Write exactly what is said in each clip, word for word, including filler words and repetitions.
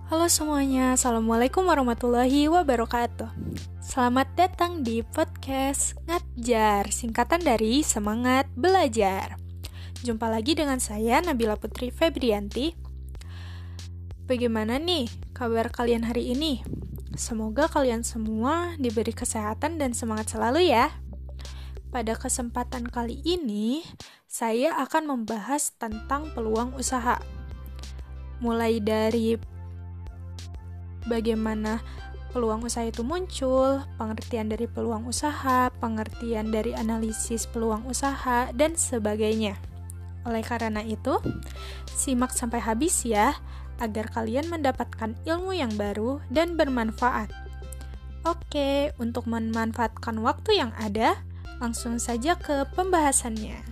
Halo semuanya, Assalamualaikum warahmatullahi wabarakatuh. Selamat datang di podcast Ngatjar, singkatan dari Semangat Belajar. Jumpa lagi dengan saya, Nabila Putri Febrianti. Bagaimana nih kabar kalian hari ini? Semoga kalian semua diberi kesehatan dan semangat selalu ya. Pada kesempatan kali ini, saya akan membahas tentang peluang usaha. Mulai dari bagaimana peluang usaha itu muncul, pengertian dari peluang usaha, pengertian dari analisis peluang usaha, dan sebagainya. Oleh karena itu, simak sampai habis ya, agar kalian mendapatkan ilmu yang baru dan bermanfaat. Oke, untuk memanfaatkan waktu yang ada, langsung saja ke pembahasannya.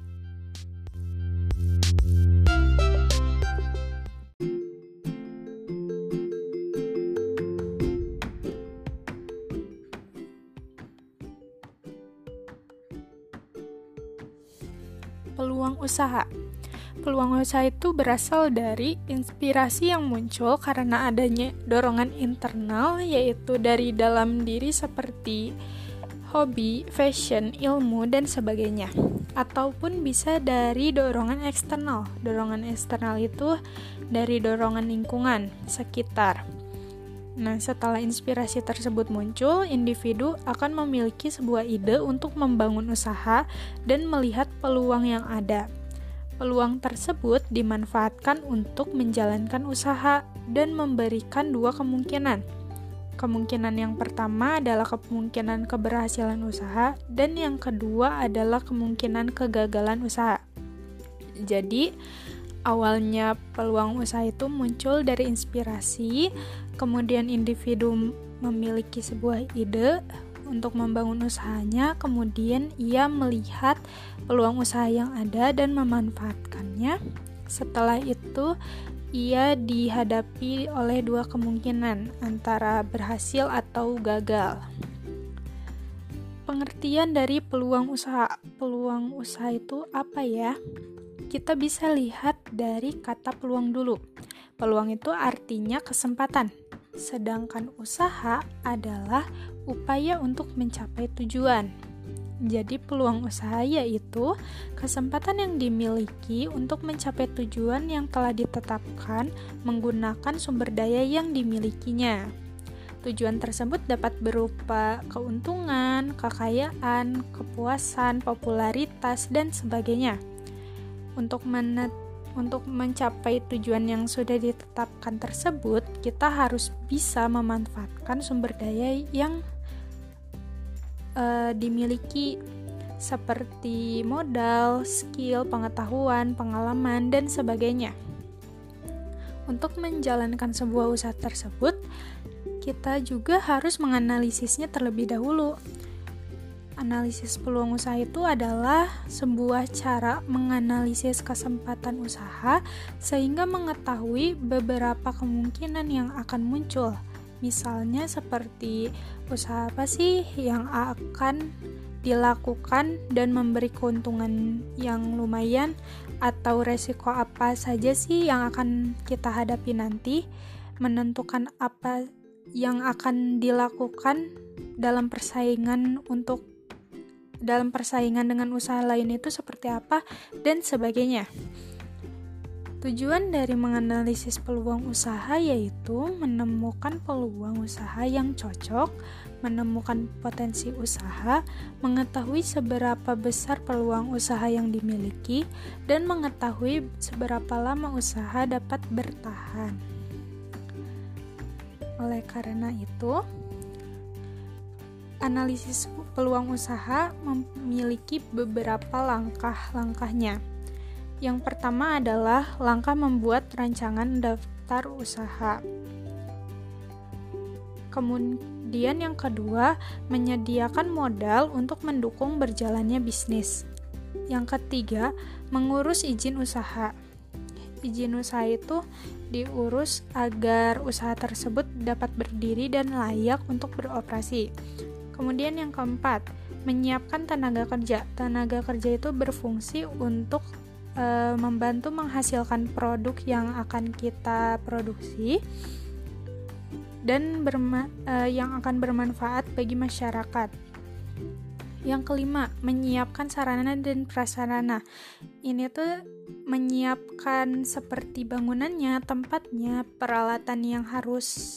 Peluang usaha. Peluang usaha itu berasal dari inspirasi yang muncul karena adanya dorongan internal, yaitu dari dalam diri seperti hobi, fashion, ilmu, dan sebagainya. Ataupun bisa dari dorongan eksternal. Dorongan eksternal itu dari dorongan lingkungan sekitar. Nah, setelah inspirasi tersebut muncul, individu akan memiliki sebuah ide untuk membangun usaha dan melihat peluang yang ada. Peluang tersebut dimanfaatkan untuk menjalankan usaha dan memberikan dua kemungkinan. Kemungkinan yang pertama adalah kemungkinan keberhasilan usaha, dan yang kedua adalah kemungkinan kegagalan usaha. Jadi, awalnya peluang usaha itu muncul dari inspirasi, kemudian individu memiliki sebuah ide untuk membangun usahanya, kemudian ia melihat peluang usaha yang ada dan memanfaatkannya. Setelah itu, ia dihadapi oleh dua kemungkinan, antara berhasil atau gagal. Pengertian dari peluang usaha. Peluang usaha itu apa ya? Kita bisa lihat dari kata peluang dulu. Peluang itu artinya kesempatan, sedangkan usaha adalah upaya untuk mencapai tujuan. Jadi peluang usaha yaitu kesempatan yang dimiliki untuk mencapai tujuan yang telah ditetapkan menggunakan sumber daya yang dimilikinya. Tujuan tersebut dapat berupa keuntungan, kekayaan, kepuasan, popularitas, dan sebagainya. Untuk menet Untuk mencapai tujuan yang sudah ditetapkan tersebut, kita harus bisa memanfaatkan sumber daya yang uh, dimiliki seperti modal, skill, pengetahuan, pengalaman, dan sebagainya. Untuk menjalankan sebuah usaha tersebut, kita juga harus menganalisisnya terlebih dahulu. Analisis peluang usaha itu adalah sebuah cara menganalisis kesempatan usaha sehingga mengetahui beberapa kemungkinan yang akan muncul. Misalnya seperti usaha apa sih yang akan dilakukan dan memberi keuntungan yang lumayan, atau resiko apa saja sih yang akan kita hadapi nanti, menentukan apa yang akan dilakukan dalam persaingan untuk dalam persaingan dengan usaha lain itu seperti apa, dan sebagainya. Tujuan dari menganalisis peluang usaha yaitu menemukan peluang usaha yang cocok, menemukan potensi usaha, mengetahui seberapa besar peluang usaha yang dimiliki, dan mengetahui seberapa lama usaha dapat bertahan. Oleh karena itu, analisis peluang usaha memiliki beberapa langkah-langkahnya. Yang pertama adalah langkah membuat rancangan daftar usaha. Kemudian yang kedua, menyediakan modal untuk mendukung berjalannya bisnis. Yang ketiga, mengurus izin usaha. Izin usaha itu diurus agar usaha tersebut dapat berdiri dan layak untuk beroperasi. Kemudian yang keempat, menyiapkan tenaga kerja. Tenaga kerja itu berfungsi untuk e, membantu menghasilkan produk yang akan kita produksi. dan berma- uh, yang akan bermanfaat bagi masyarakat. Yang kelima, menyiapkan sarana dan prasarana. Ini tuh menyiapkan seperti bangunannya, tempatnya, peralatan yang harus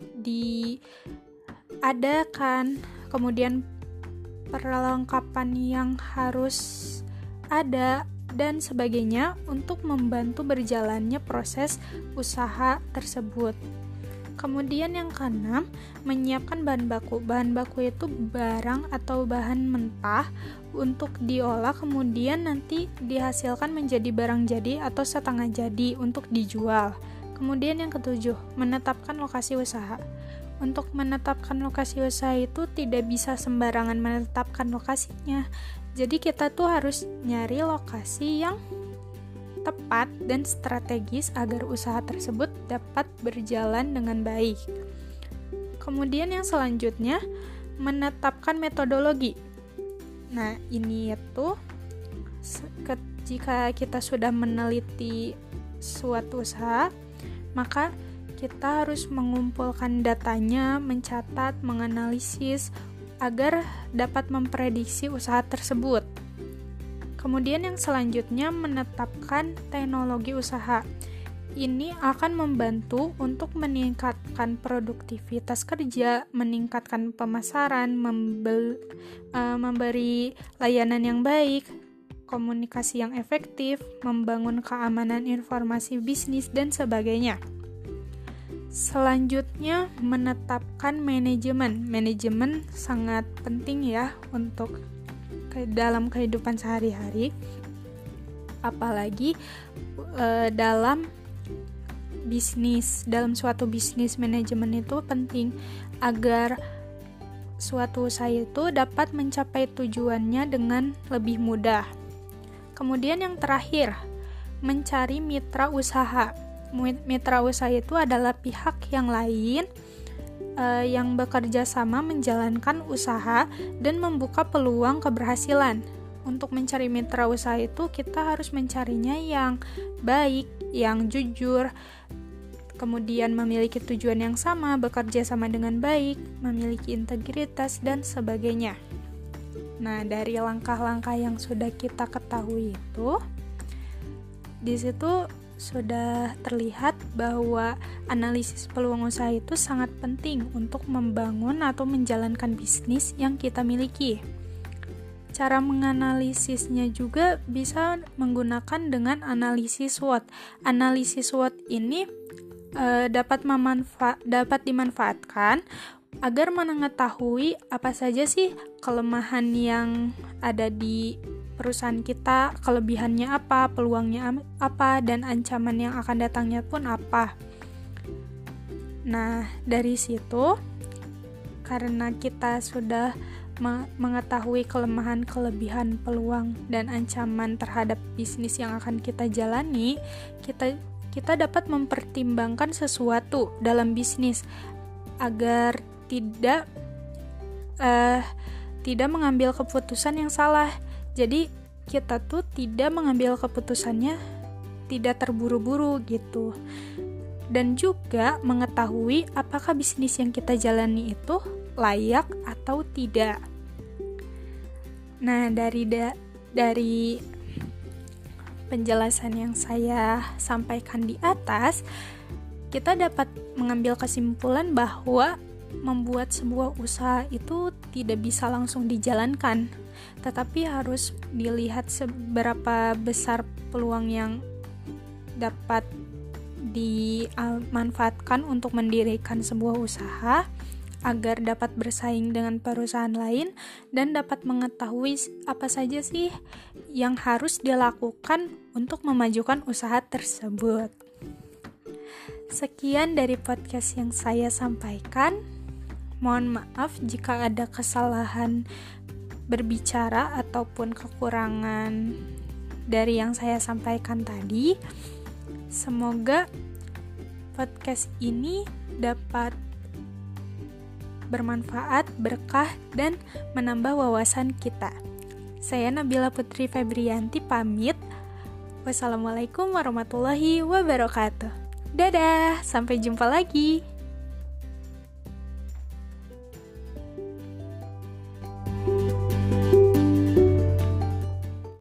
diadakan, kemudian perlengkapan yang harus ada, dan sebagainya untuk membantu berjalannya proses usaha tersebut. Kemudian yang keenam, menyiapkan bahan baku. Bahan baku itu barang atau bahan mentah untuk diolah kemudian nanti dihasilkan menjadi barang jadi atau setengah jadi untuk dijual. Kemudian yang ketujuh, menetapkan lokasi usaha. Untuk menetapkan lokasi usaha itu tidak bisa sembarangan menetapkan lokasinya. Jadi kita tuh harus nyari lokasi yang tepat dan strategis agar usaha tersebut dapat berjalan dengan baik. Kemudian yang selanjutnya, menetapkan metodologi. Nah, ini itu jika kita sudah meneliti suatu usaha, maka kita harus mengumpulkan datanya, mencatat, menganalisis agar dapat memprediksi usaha tersebut. Kemudian yang selanjutnya, menetapkan teknologi usaha. Ini akan membantu untuk meningkatkan produktivitas kerja, meningkatkan pemasaran, membel, uh, memberi layanan yang baik, komunikasi yang efektif, membangun keamanan informasi bisnis, dan sebagainya. Selanjutnya, menetapkan manajemen. Manajemen sangat penting ya untuk ke dalam kehidupan sehari-hari, apalagi e, dalam bisnis. Dalam suatu bisnis, manajemen itu penting agar suatu usaha itu dapat mencapai tujuannya dengan lebih mudah. Kemudian yang terakhir, mencari mitra usaha. Mitra usaha itu adalah pihak yang lain Uh, yang bekerja sama menjalankan usaha dan membuka peluang keberhasilan. Untuk mencari mitra usaha itu kita harus mencarinya yang baik, yang jujur, kemudian memiliki tujuan yang sama, bekerja sama dengan baik, memiliki integritas, dan sebagainya. Nah, dari langkah-langkah yang sudah kita ketahui itu, di situ sudah terlihat bahwa analisis peluang usaha itu sangat penting untuk membangun atau menjalankan bisnis yang kita miliki. Cara menganalisisnya juga bisa menggunakan dengan analisis SWOT. Analisis SWOT ini e, dapat memanfa- dapat dimanfaatkan agar mengetahui apa saja sih kelemahan yang ada di perusahaan kita, kelebihannya apa, peluangnya apa, dan ancaman yang akan datangnya pun apa. Nah, dari situ, karena kita sudah me- mengetahui kelemahan, kelebihan, peluang, dan ancaman terhadap bisnis yang akan kita jalani, kita kita dapat mempertimbangkan sesuatu dalam bisnis agar tidak uh, tidak mengambil keputusan yang salah. Jadi kita tuh tidak mengambil keputusannya tidak terburu-buru gitu. Dan juga mengetahui apakah bisnis yang kita jalani itu layak atau tidak. Nah, dari da- dari penjelasan yang saya sampaikan di atas, kita dapat mengambil kesimpulan bahwa membuat sebuah usaha itu tidak bisa langsung dijalankan, tetapi harus dilihat seberapa besar peluang yang dapat dimanfaatkan untuk mendirikan sebuah usaha agar dapat bersaing dengan perusahaan lain dan dapat mengetahui apa saja sih yang harus dilakukan untuk memajukan usaha tersebut. Sekian dari podcast yang saya sampaikan. Mohon maaf jika ada kesalahan berbicara ataupun kekurangan dari yang saya sampaikan tadi. Semoga podcast ini dapat bermanfaat, berkah, dan menambah wawasan kita. Saya Nabila Putri Febrianti pamit. Wassalamualaikum warahmatullahi wabarakatuh. Dadah, sampai jumpa lagi.